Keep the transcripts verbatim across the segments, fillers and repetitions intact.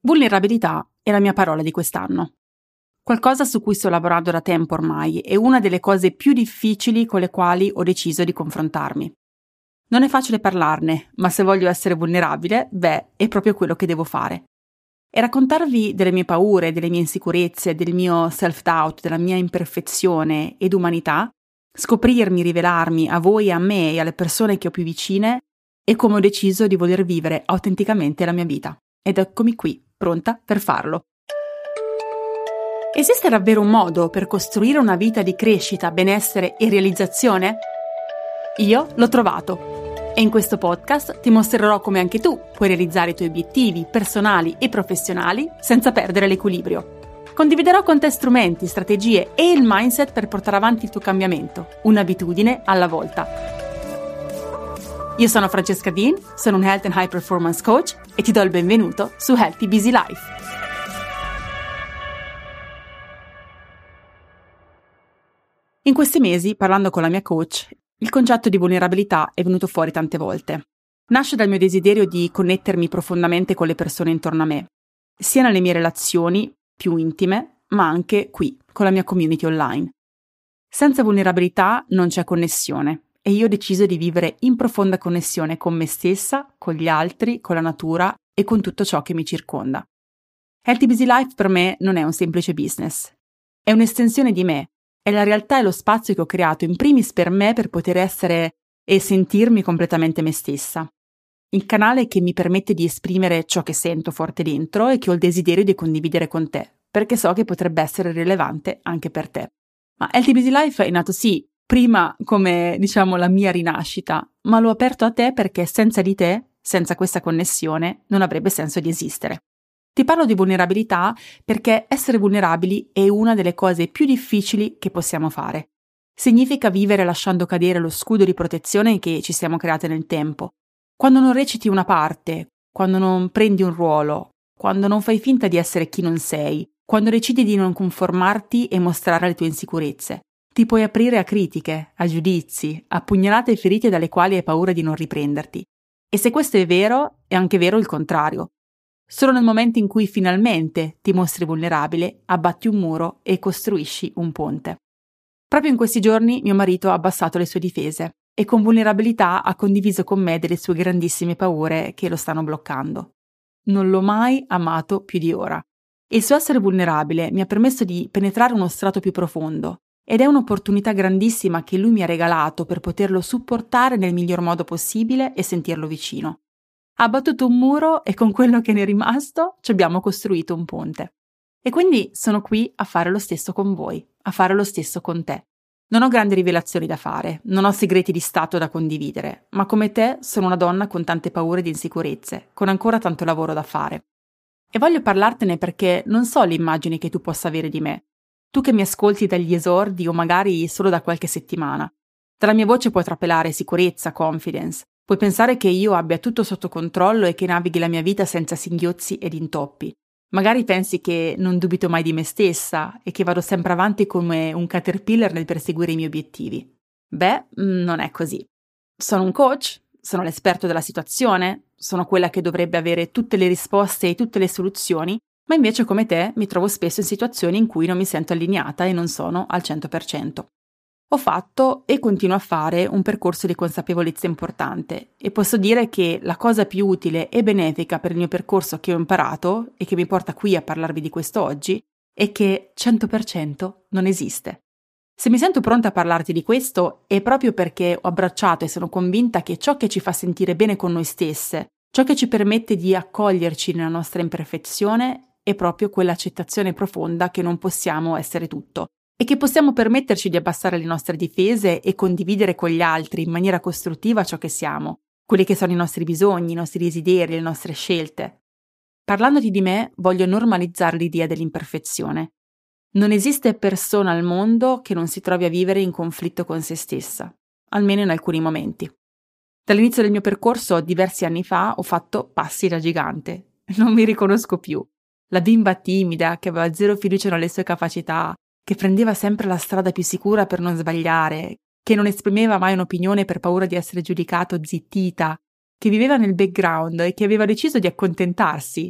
Vulnerabilità è la mia parola di quest'anno. Qualcosa su cui sto lavorando da tempo ormai e una delle cose più difficili con le quali ho deciso di confrontarmi. Non è facile parlarne, ma se voglio essere vulnerabile, beh, è proprio quello che devo fare. E raccontarvi delle mie paure, delle mie insicurezze, del mio self-doubt, della mia imperfezione ed umanità, scoprirmi, rivelarmi a voi, a me e alle persone che ho più vicine, è come ho deciso di voler vivere autenticamente la mia vita. Ed eccomi qui, pronta per farlo. Esiste davvero un modo per costruire una vita di crescita, benessere e realizzazione? Io l'ho trovato e in questo podcast ti mostrerò come anche tu puoi realizzare i tuoi obiettivi personali e professionali senza perdere l'equilibrio. Condividerò con te strumenti, strategie e il mindset per portare avanti il tuo cambiamento, un'abitudine alla volta. Io sono Francesca Dean, sono un Health and High Performance Coach e ti do il benvenuto su Healthy Busy Life. In questi mesi, parlando con la mia coach, il concetto di vulnerabilità è venuto fuori tante volte. Nasce dal mio desiderio di connettermi profondamente con le persone intorno a me, sia nelle mie relazioni più intime, ma anche qui, con la mia community online. Senza vulnerabilità non c'è connessione e io ho deciso di vivere in profonda connessione con me stessa, con gli altri, con la natura e con tutto ciò che mi circonda. Healthy Busy Life per me non è un semplice business, è un'estensione di me. È la realtà e lo spazio che ho creato in primis per me per poter essere e sentirmi completamente me stessa. Il canale che mi permette di esprimere ciò che sento forte dentro e che ho il desiderio di condividere con te, perché so che potrebbe essere rilevante anche per te. Ma Healthy Busy Life è nato sì, prima come diciamo la mia rinascita, ma l'ho aperto a te perché senza di te, senza questa connessione, non avrebbe senso di esistere. Ti parlo di vulnerabilità perché essere vulnerabili è una delle cose più difficili che possiamo fare. Significa vivere lasciando cadere lo scudo di protezione che ci siamo create nel tempo. Quando non reciti una parte, quando non prendi un ruolo, quando non fai finta di essere chi non sei, quando decidi di non conformarti e mostrare le tue insicurezze, ti puoi aprire a critiche, a giudizi, a pugnalate e ferite dalle quali hai paura di non riprenderti. E se questo è vero, è anche vero il contrario. Solo nel momento in cui finalmente ti mostri vulnerabile, abbatti un muro e costruisci un ponte. Proprio in questi giorni mio marito ha abbassato le sue difese e con vulnerabilità ha condiviso con me delle sue grandissime paure che lo stanno bloccando. Non l'ho mai amato più di ora. E il suo essere vulnerabile mi ha permesso di penetrare uno strato più profondo ed è un'opportunità grandissima che lui mi ha regalato per poterlo supportare nel miglior modo possibile e sentirlo vicino. Ha abbattuto un muro e con quello che ne è rimasto ci abbiamo costruito un ponte. E quindi sono qui a fare lo stesso con voi, a fare lo stesso con te. Non ho grandi rivelazioni da fare, non ho segreti di stato da condividere, ma come te sono una donna con tante paure ed insicurezze, con ancora tanto lavoro da fare. E voglio parlartene perché non so l'immagine che tu possa avere di me. Tu che mi ascolti dagli esordi o magari solo da qualche settimana. Dalla mia voce puoi trapelare sicurezza, confidence. Puoi pensare che io abbia tutto sotto controllo e che navighi la mia vita senza singhiozzi ed intoppi. Magari pensi che non dubito mai di me stessa e che vado sempre avanti come un caterpillar nel perseguire i miei obiettivi. Beh, non è così. Sono un coach? Sono l'esperto della situazione? Sono quella che dovrebbe avere tutte le risposte e tutte le soluzioni, ma invece come te mi trovo spesso in situazioni in cui non mi sento allineata e non sono al cento per cento. Ho fatto e continuo a fare un percorso di consapevolezza importante e posso dire che la cosa più utile e benefica per il mio percorso che ho imparato e che mi porta qui a parlarvi di questo oggi è che cento per cento non esiste. Se mi sento pronta a parlarti di questo è proprio perché ho abbracciato e sono convinta che ciò che ci fa sentire bene con noi stesse, ciò che ci permette di accoglierci nella nostra imperfezione è proprio quell'accettazione profonda che non possiamo essere tutto. E che possiamo permetterci di abbassare le nostre difese e condividere con gli altri in maniera costruttiva ciò che siamo, quelli che sono i nostri bisogni, i nostri desideri, le nostre scelte. Parlandoti di me, voglio normalizzare l'idea dell'imperfezione. Non esiste persona al mondo che non si trovi a vivere in conflitto con se stessa, almeno in alcuni momenti. Dall'inizio del mio percorso, diversi anni fa, ho fatto passi da gigante. Non mi riconosco più. La bimba timida che aveva zero fiducia nelle sue capacità, che prendeva sempre la strada più sicura per non sbagliare, che non esprimeva mai un'opinione per paura di essere giudicato o zittita, che viveva nel background e che aveva deciso di accontentarsi,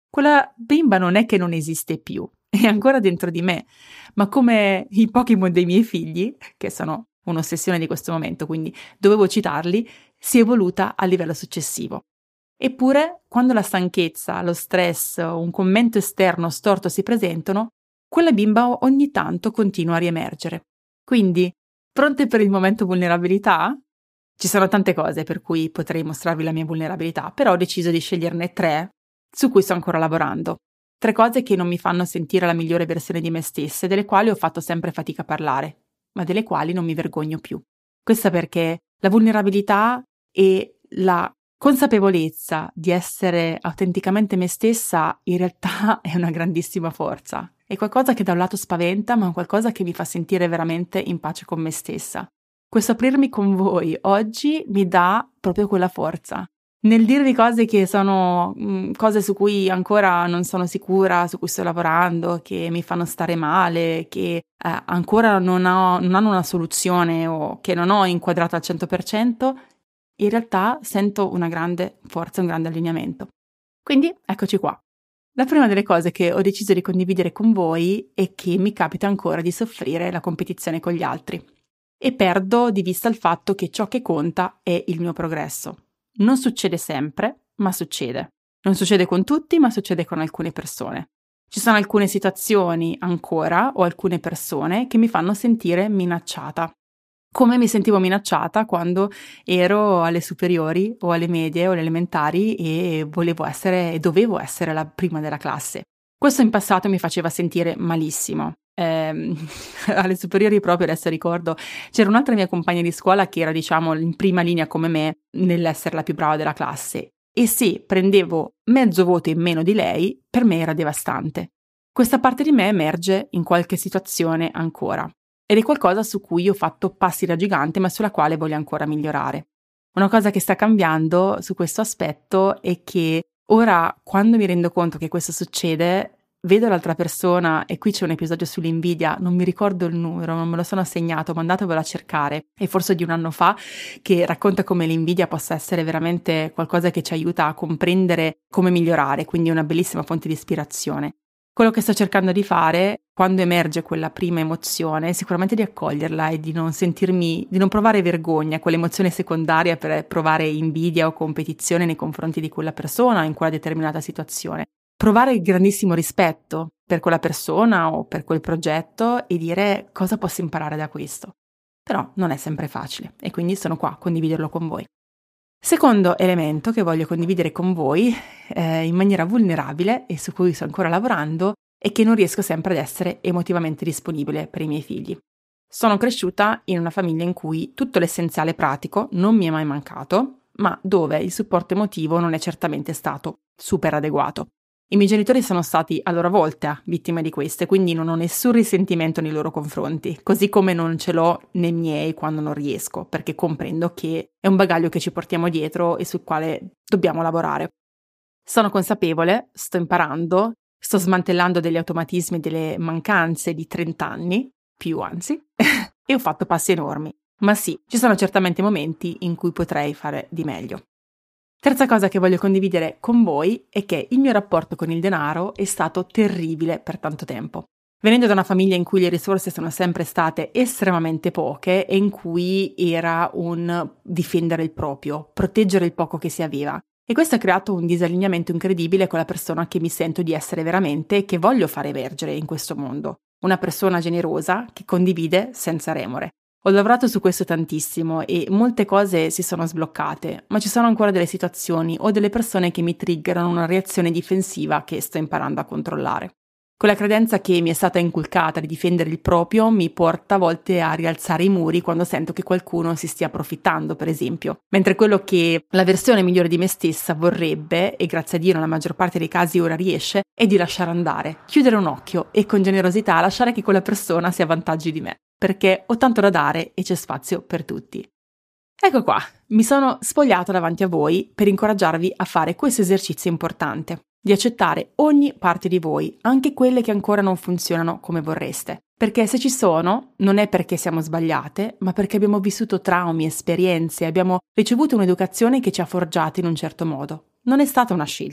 quella bimba non è che non esiste più, è ancora dentro di me, ma come i Pokémon dei miei figli, che sono un'ossessione di questo momento, quindi dovevo citarli, si è evoluta a livello successivo. Eppure, quando la stanchezza, lo stress o un commento esterno storto si presentano, quella bimba ogni tanto continua a riemergere. Quindi, pronte per il momento vulnerabilità? Ci sono tante cose per cui potrei mostrarvi la mia vulnerabilità, però ho deciso di sceglierne tre su cui sto ancora lavorando. Tre cose che non mi fanno sentire la migliore versione di me stessa e delle quali ho fatto sempre fatica a parlare, ma delle quali non mi vergogno più. Questa perché la vulnerabilità e la consapevolezza di essere autenticamente me stessa in realtà è una grandissima forza. È qualcosa che da un lato spaventa, ma è qualcosa che mi fa sentire veramente in pace con me stessa. Questo aprirmi con voi oggi mi dà proprio quella forza. Nel dirvi cose che sono mh, cose su cui ancora non sono sicura, su cui sto lavorando, che mi fanno stare male, che eh, ancora non, ho, non hanno una soluzione o che non ho inquadrato al cento per cento, in realtà sento una grande forza, un grande allineamento. Quindi eccoci qua. La prima delle cose che ho deciso di condividere con voi è che mi capita ancora di soffrire la competizione con gli altri e perdo di vista il fatto che ciò che conta è il mio progresso. Non succede sempre, ma succede. Non succede con tutti, ma succede con alcune persone. Ci sono alcune situazioni ancora o alcune persone che mi fanno sentire minacciata. Come mi sentivo minacciata quando ero alle superiori o alle medie o alle elementari e volevo essere e dovevo essere la prima della classe. Questo in passato mi faceva sentire malissimo. Eh, alle superiori proprio, adesso ricordo, c'era un'altra mia compagna di scuola che era, diciamo, in prima linea come me nell'essere la più brava della classe e se prendevo mezzo voto in meno di lei, per me era devastante. Questa parte di me emerge in qualche situazione ancora ed è qualcosa su cui ho fatto passi da gigante ma sulla quale voglio ancora migliorare. Una cosa che sta cambiando su questo aspetto è che ora, quando mi rendo conto che questo succede, vedo l'altra persona, e qui c'è un episodio sull'invidia, non mi ricordo il numero, non me lo sono segnato, ma andatevelo a cercare, è forse di un anno fa, che racconta come l'invidia possa essere veramente qualcosa che ci aiuta a comprendere come migliorare, quindi è una bellissima fonte di ispirazione. Quello che sto cercando di fare, quando emerge quella prima emozione, è sicuramente di accoglierla e di non sentirmi, di non provare vergogna, quell'emozione secondaria per provare invidia o competizione nei confronti di quella persona in quella determinata situazione. Provare il grandissimo rispetto per quella persona o per quel progetto e dire cosa posso imparare da questo. Però non è sempre facile e quindi sono qua a condividerlo con voi. Secondo elemento che voglio condividere con voi eh, in maniera vulnerabile e su cui sto ancora lavorando è che non riesco sempre ad essere emotivamente disponibile per i miei figli. Sono cresciuta in una famiglia in cui tutto l'essenziale pratico non mi è mai mancato, ma dove il supporto emotivo non è certamente stato super adeguato. I miei genitori sono stati a loro volta vittime di queste, quindi non ho nessun risentimento nei loro confronti, così come non ce l'ho nei miei quando non riesco, perché comprendo che è un bagaglio che ci portiamo dietro e sul quale dobbiamo lavorare. Sono consapevole, sto imparando, sto smantellando degli automatismi e delle mancanze di trenta anni, più anzi, e ho fatto passi enormi. Ma sì, ci sono certamente momenti in cui potrei fare di meglio. Terza cosa che voglio condividere con voi è che il mio rapporto con il denaro è stato terribile per tanto tempo. Venendo da una famiglia in cui le risorse sono sempre state estremamente poche e in cui era un difendere il proprio, proteggere il poco che si aveva. E questo ha creato un disallineamento incredibile con la persona che mi sento di essere veramente e che voglio far emergere in questo mondo. Una persona generosa che condivide senza remore. Ho lavorato su questo tantissimo e molte cose si sono sbloccate, ma ci sono ancora delle situazioni o delle persone che mi triggerano una reazione difensiva che sto imparando a controllare. Quella credenza che mi è stata inculcata di difendere il proprio mi porta a volte a rialzare i muri quando sento che qualcuno si stia approfittando, per esempio. Mentre quello che la versione migliore di me stessa vorrebbe, e grazie a Dio nella maggior parte dei casi ora riesce, è di lasciare andare, chiudere un occhio e con generosità lasciare che quella persona si avvantaggi di me, perché ho tanto da dare e c'è spazio per tutti. Ecco qua, mi sono spogliata davanti a voi per incoraggiarvi a fare questo esercizio importante. Di accettare ogni parte di voi, anche quelle che ancora non funzionano come vorreste. Perché se ci sono, non è perché siamo sbagliate, ma perché abbiamo vissuto traumi, esperienze, abbiamo ricevuto un'educazione che ci ha forgiati in un certo modo. Non è stata una scelta.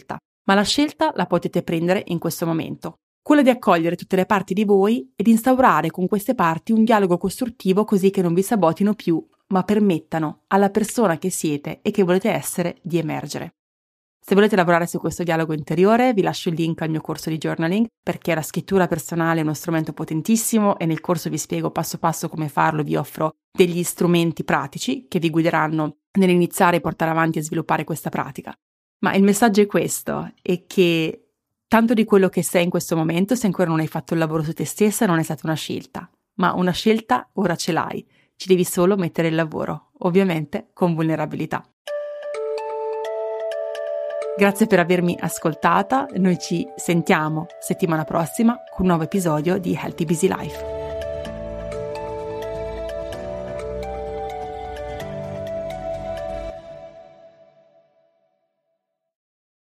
ma la scelta la potete prendere in questo momento. Quella di accogliere tutte le parti di voi ed instaurare con queste parti un dialogo costruttivo così che non vi sabotino più, ma permettano alla persona che siete e che volete essere di emergere. Se volete lavorare su questo dialogo interiore, vi lascio il link al mio corso di journaling, perché la scrittura personale è uno strumento potentissimo e nel corso vi spiego passo passo come farlo, vi offro degli strumenti pratici che vi guideranno nell'iniziare e portare avanti e sviluppare questa pratica. Ma il messaggio è questo, è che tanto di quello che sei in questo momento, se ancora non hai fatto il lavoro su te stessa, non è stata una scelta, ma una scelta ora ce l'hai, ci devi solo mettere il lavoro, ovviamente con vulnerabilità. Grazie per avermi ascoltata, noi ci sentiamo settimana prossima con un nuovo episodio di Healthy Busy Life.